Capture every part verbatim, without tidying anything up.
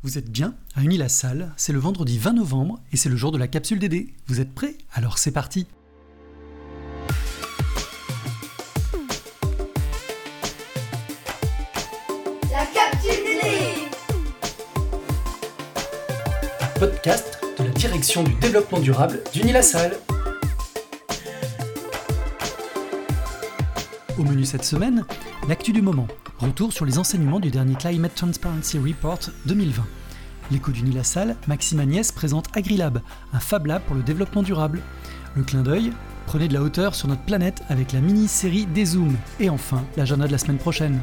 Vous êtes bien à Uni-la-Salle, c'est le vendredi vingt novembre et c'est le jour de la capsule D D. Vous êtes prêts? Alors c'est parti! La capsule D D! Podcast de la direction du développement durable d'Uni-la-Salle. Au menu cette semaine, l'actu du moment. Retour sur les enseignements du dernier Climate Transparency Report deux mille vingt. L'écho d'Uni-la-Salle, Maxime Agnès présente AgriLab, un Fab Lab pour le développement durable. Le clin d'œil, prenez de la hauteur sur notre planète avec la mini-série des Zooms. Et enfin, l'agenda de la semaine prochaine.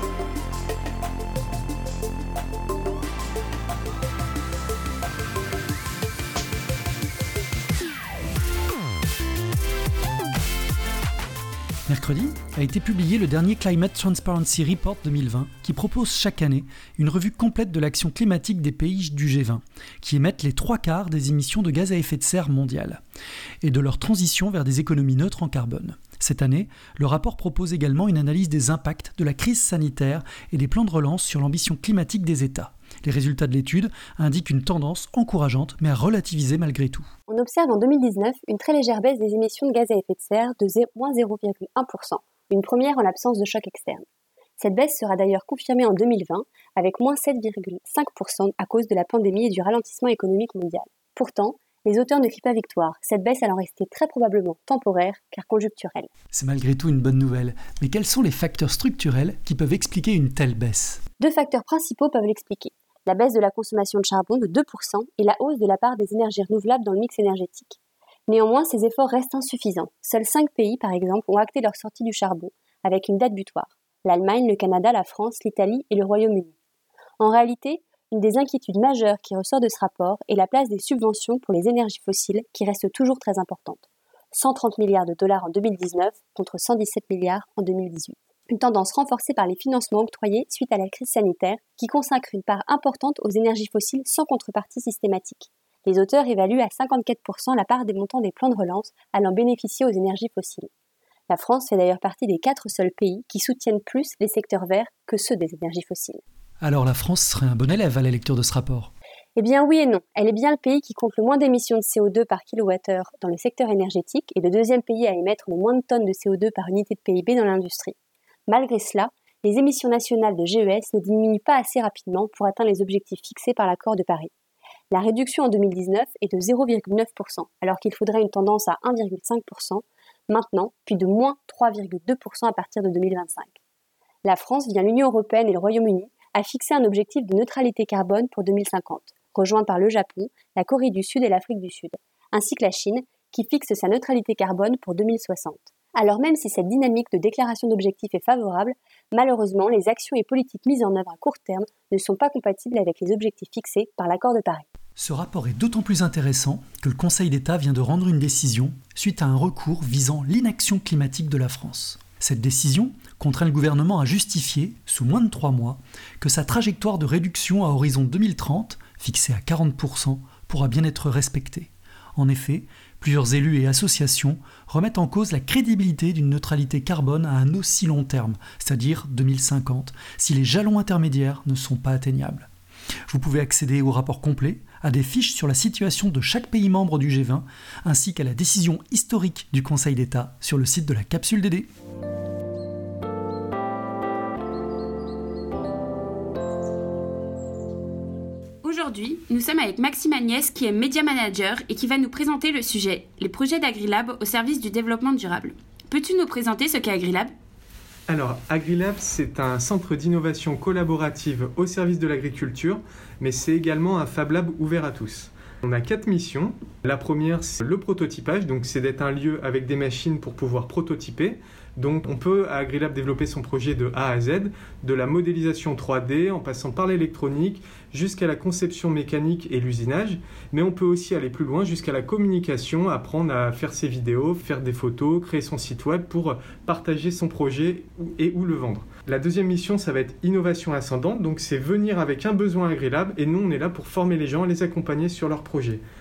Mercredi a été publié le dernier Climate Transparency Report deux mille vingt qui propose chaque année une revue complète de l'action climatique des pays du G vingt, qui émettent les trois quarts des émissions de gaz à effet de serre mondiales, et de leur transition vers des économies neutres en carbone. Cette année, le rapport propose également une analyse des impacts de la crise sanitaire et des plans de relance sur l'ambition climatique des États. Les résultats de l'étude indiquent une tendance encourageante, mais à relativiser malgré tout. On observe en deux mille dix-neuf une très légère baisse des émissions de gaz à effet de serre de moins zéro virgule un pour cent, une première en l'absence de choc externe. Cette baisse sera d'ailleurs confirmée en deux mille vingt, avec moins sept virgule cinq pour cent à cause de la pandémie et du ralentissement économique mondial. Pourtant, les auteurs ne crient pas victoire, cette baisse allant rester très probablement temporaire, car conjoncturelle. C'est malgré tout une bonne nouvelle, mais quels sont les facteurs structurels qui peuvent expliquer une telle baisse? Deux facteurs principaux peuvent l'expliquer. La baisse de la consommation de charbon de deux pour cent et la hausse de la part des énergies renouvelables dans le mix énergétique. Néanmoins, ces efforts restent insuffisants. Seuls cinq pays, par exemple, ont acté leur sortie du charbon, avec une date butoir. L'Allemagne, le Canada, la France, l'Italie et le Royaume-Uni. En réalité, une des inquiétudes majeures qui ressort de ce rapport est la place des subventions pour les énergies fossiles, qui reste toujours très importante. cent trente milliards de dollars en deux mille dix-neuf contre cent dix-sept milliards en deux mille dix-huit. Une tendance renforcée par les financements octroyés suite à la crise sanitaire qui consacre une part importante aux énergies fossiles sans contrepartie systématique. Les auteurs évaluent à cinquante-quatre pour cent la part des montants des plans de relance allant bénéficier aux énergies fossiles. La France fait d'ailleurs partie des quatre seuls pays qui soutiennent plus les secteurs verts que ceux des énergies fossiles. Alors la France serait un bon élève à la lecture de ce rapport? Eh bien oui et non. Elle est bien le pays qui compte le moins d'émissions de C O deux par kilowattheure dans le secteur énergétique et le deuxième pays à émettre le moins de tonnes de C O deux par unité de P I B dans l'industrie. Malgré cela, les émissions nationales de G E S ne diminuent pas assez rapidement pour atteindre les objectifs fixés par l'accord de Paris. La réduction en deux mille dix-neuf est de zéro virgule neuf pour cent, alors qu'il faudrait une tendance à un virgule cinq pour cent maintenant, puis de moins trois virgule deux pour cent à partir de deux mille vingt-cinq. La France, via l'Union européenne et le Royaume-Uni, a fixé un objectif de neutralité carbone pour deux mille cinquante, rejoint par le Japon, la Corée du Sud et l'Afrique du Sud, ainsi que la Chine, qui fixe sa neutralité carbone pour deux mille soixante. Alors même si cette dynamique de déclaration d'objectifs est favorable, malheureusement, les actions et politiques mises en œuvre à court terme ne sont pas compatibles avec les objectifs fixés par l'accord de Paris. Ce rapport est d'autant plus intéressant que le Conseil d'État vient de rendre une décision suite à un recours visant l'inaction climatique de la France. Cette décision contraint le gouvernement à justifier, sous moins de trois mois, que sa trajectoire de réduction à horizon deux mille trente, fixée à quarante pour cent, pourra bien être respectée. En effet, plusieurs élus et associations remettent en cause la crédibilité d'une neutralité carbone à un aussi long terme, c'est-à-dire deux mille cinquante, si les jalons intermédiaires ne sont pas atteignables. Vous pouvez accéder au rapport complet, à des fiches sur la situation de chaque pays membre du G vingt, ainsi qu'à la décision historique du Conseil d'État sur le site de la capsule D D. Aujourd'hui, nous sommes avec Maxime Agnès qui est Media Manager et qui va nous présenter le sujet « Les projets d'AgriLab au service du développement durable ». Peux-tu nous présenter ce qu'est AgriLab ? Alors, AgriLab, c'est un centre d'innovation collaborative au service de l'agriculture, mais c'est également un Fab Lab ouvert à tous. On a quatre missions. La première, c'est le prototypage, donc c'est d'être un lieu avec des machines pour pouvoir prototyper. Donc on peut à AgriLab développer son projet de A à Z, de la modélisation trois D en passant par l'électronique jusqu'à la conception mécanique et l'usinage, mais on peut aussi aller plus loin jusqu'à la communication, apprendre à faire ses vidéos, faire des photos, créer son site web pour partager son projet et ou le vendre. La deuxième mission, ça va être innovation ascendante, donc c'est venir avec un besoin à AgriLab et nous on est là pour former les gens et les accompagner sur leurs projets.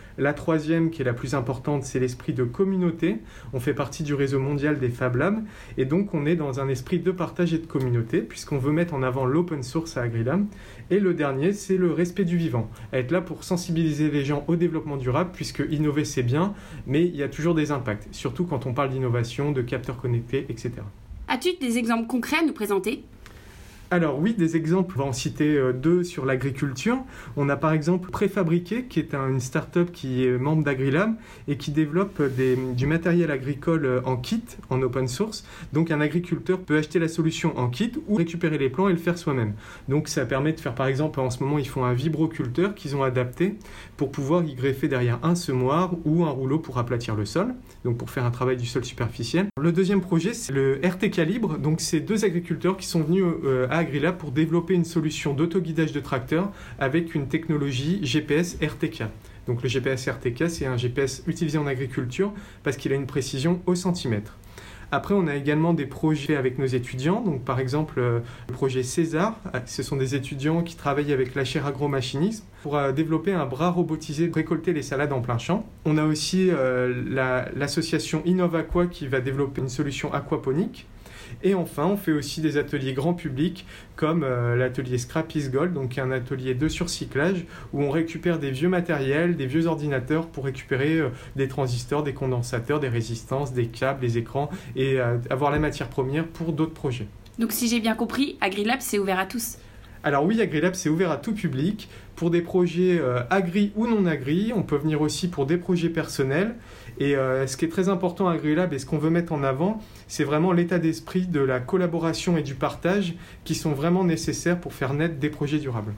La troisième, qui est la plus importante, c'est l'esprit de communauté. On fait partie du réseau mondial des Fab Labs et donc on est dans un esprit de partage et de communauté puisqu'on veut mettre en avant l'open source à AgriLab. Et le dernier, c'est le respect du vivant. Être là pour sensibiliser les gens au développement durable puisque innover c'est bien, mais il y a toujours des impacts, surtout quand on parle d'innovation, de capteurs connectés, et cetera. As-tu des exemples concrets à nous présenter ? Alors oui, des exemples, on va en citer deux sur l'agriculture. On a par exemple Préfabriqué, qui est une start-up qui est membre d'AgriLab et qui développe des, du matériel agricole en kit, en open source. Donc un agriculteur peut acheter la solution en kit ou récupérer les plants et le faire soi-même. Donc ça permet de faire par exemple, en ce moment ils font un vibroculteur qu'ils ont adapté pour pouvoir y greffer derrière un semoir ou un rouleau pour aplatir le sol, donc pour faire un travail du sol superficiel. Le deuxième projet, c'est le R T Calibre, donc c'est deux agriculteurs qui sont venus euh, à AgriLab pour développer une solution d'autoguidage de tracteur avec une technologie G P S R T K. Donc le G P S R T K, c'est un G P S utilisé en agriculture parce qu'il a une précision au centimètre. Après, on a également des projets avec nos étudiants. Donc, par exemple, euh, le projet César. Ce sont des étudiants qui travaillent avec la chaire agromachinisme pour euh, développer un bras robotisé pour récolter les salades en plein champ. On a aussi euh, la, l'association InnovAqua qui va développer une solution aquaponique. Et enfin, on fait aussi des ateliers grand public comme euh, l'atelier Scrap is Gold, donc un atelier de surcyclage où on récupère des vieux matériels, des vieux ordinateurs pour récupérer euh, des transistors, des condensateurs, des résistances, des câbles, des écrans et euh, avoir la matière première pour d'autres projets. Donc si j'ai bien compris, AgriLab c'est ouvert à tous. Alors oui, AgriLab c'est ouvert à tout public. Pour des projets euh, agri ou non agri, on peut venir aussi pour des projets personnels. Et euh, ce qui est très important à AgriLab et ce qu'on veut mettre en avant, c'est vraiment l'état d'esprit de la collaboration et du partage qui sont vraiment nécessaires pour faire naître des projets durables.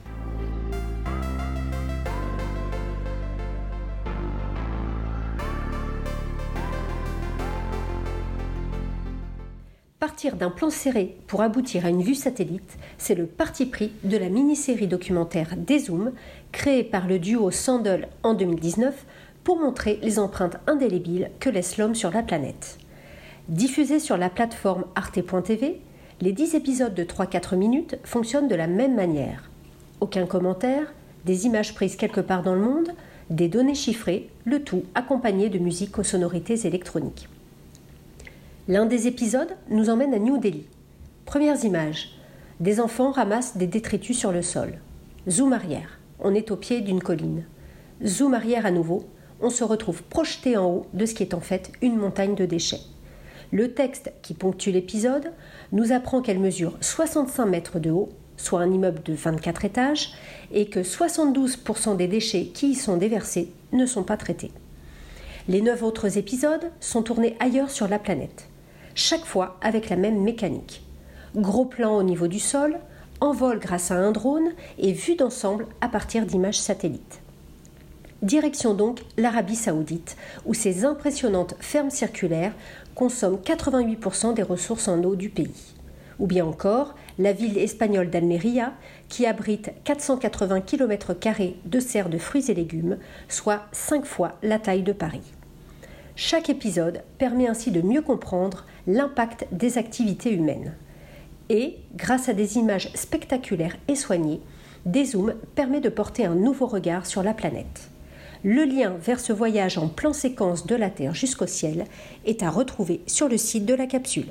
Partir d'un plan serré pour aboutir à une vue satellite, c'est le parti pris de la mini-série documentaire Dézoom, créée par le duo Sandel en deux mille dix-neuf pour montrer les empreintes indélébiles que laisse l'homme sur la planète. Diffusée sur la plateforme arte point t v, les dix épisodes de trois à quatre minutes fonctionnent de la même manière. Aucun commentaire, des images prises quelque part dans le monde, des données chiffrées, le tout accompagné de musique aux sonorités électroniques. L'un des épisodes nous emmène à New Delhi. Premières images. Des enfants ramassent des détritus sur le sol. Zoom arrière. On est au pied d'une colline. Zoom arrière à nouveau. On se retrouve projeté en haut de ce qui est en fait une montagne de déchets. Le texte qui ponctue l'épisode nous apprend qu'elle mesure soixante-cinq mètres de haut, soit un immeuble de vingt-quatre étages, et que soixante-douze pour cent des déchets qui y sont déversés ne sont pas traités. Les neuf autres épisodes sont tournés ailleurs sur la planète, chaque fois avec la même mécanique. Gros plan au niveau du sol, envol grâce à un drone et vue d'ensemble à partir d'images satellites. Direction donc l'Arabie Saoudite, où ces impressionnantes fermes circulaires consomment quatre-vingt-huit pour cent des ressources en eau du pays. Ou bien encore la ville espagnole d'Almeria, qui abrite quatre cent quatre-vingts kilomètres carrés de serres de fruits et légumes, soit cinq fois la taille de Paris. Chaque épisode permet ainsi de mieux comprendre l'impact des activités humaines. Et, grâce à des images spectaculaires et soignées, Dézoom permet de porter un nouveau regard sur la planète. Le lien vers ce voyage en plan séquence de la Terre jusqu'au ciel est à retrouver sur le site de la capsule.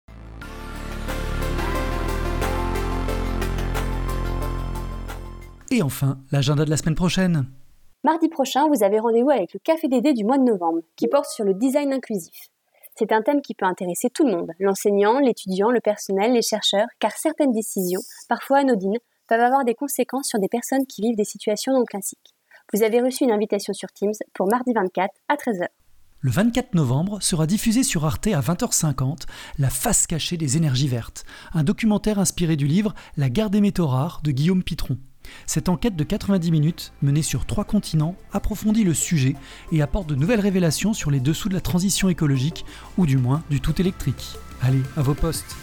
Et enfin, l'agenda de la semaine prochaine. Mardi prochain, vous avez rendez-vous avec le Café Dédé du mois de novembre, qui porte sur le design inclusif. C'est un thème qui peut intéresser tout le monde, l'enseignant, l'étudiant, le personnel, les chercheurs, car certaines décisions, parfois anodines, peuvent avoir des conséquences sur des personnes qui vivent des situations non classiques. Vous avez reçu une invitation sur Teams pour mardi vingt-quatre à treize heures. Le vingt-quatre novembre sera diffusé sur Arte à vingt heures cinquante La face cachée des énergies vertes, un documentaire inspiré du livre La guerre des métaux rares de Guillaume Pitron. Cette enquête de quatre-vingt-dix minutes, menée sur trois continents, approfondit le sujet et apporte de nouvelles révélations sur les dessous de la transition écologique, ou du moins du tout électrique. Allez, à vos postes.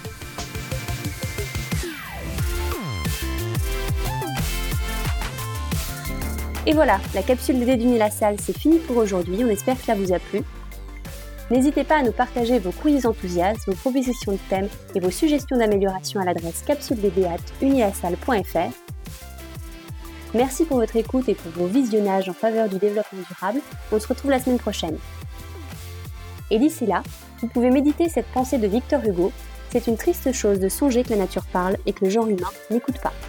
Et voilà, la capsule Dédé d'Unilassal, c'est fini pour aujourd'hui, on espère que ça vous a plu. N'hésitez pas à nous partager vos courriers enthousiastes, vos propositions de thèmes et vos suggestions d'amélioration à l'adresse capsule dédé arobase unilassal point f r. Merci pour votre écoute et pour vos visionnages en faveur du développement durable. On se retrouve la semaine prochaine. Et d'ici là, vous pouvez méditer cette pensée de Victor Hugo. C'est une triste chose de songer que la nature parle et que le genre humain n'écoute pas.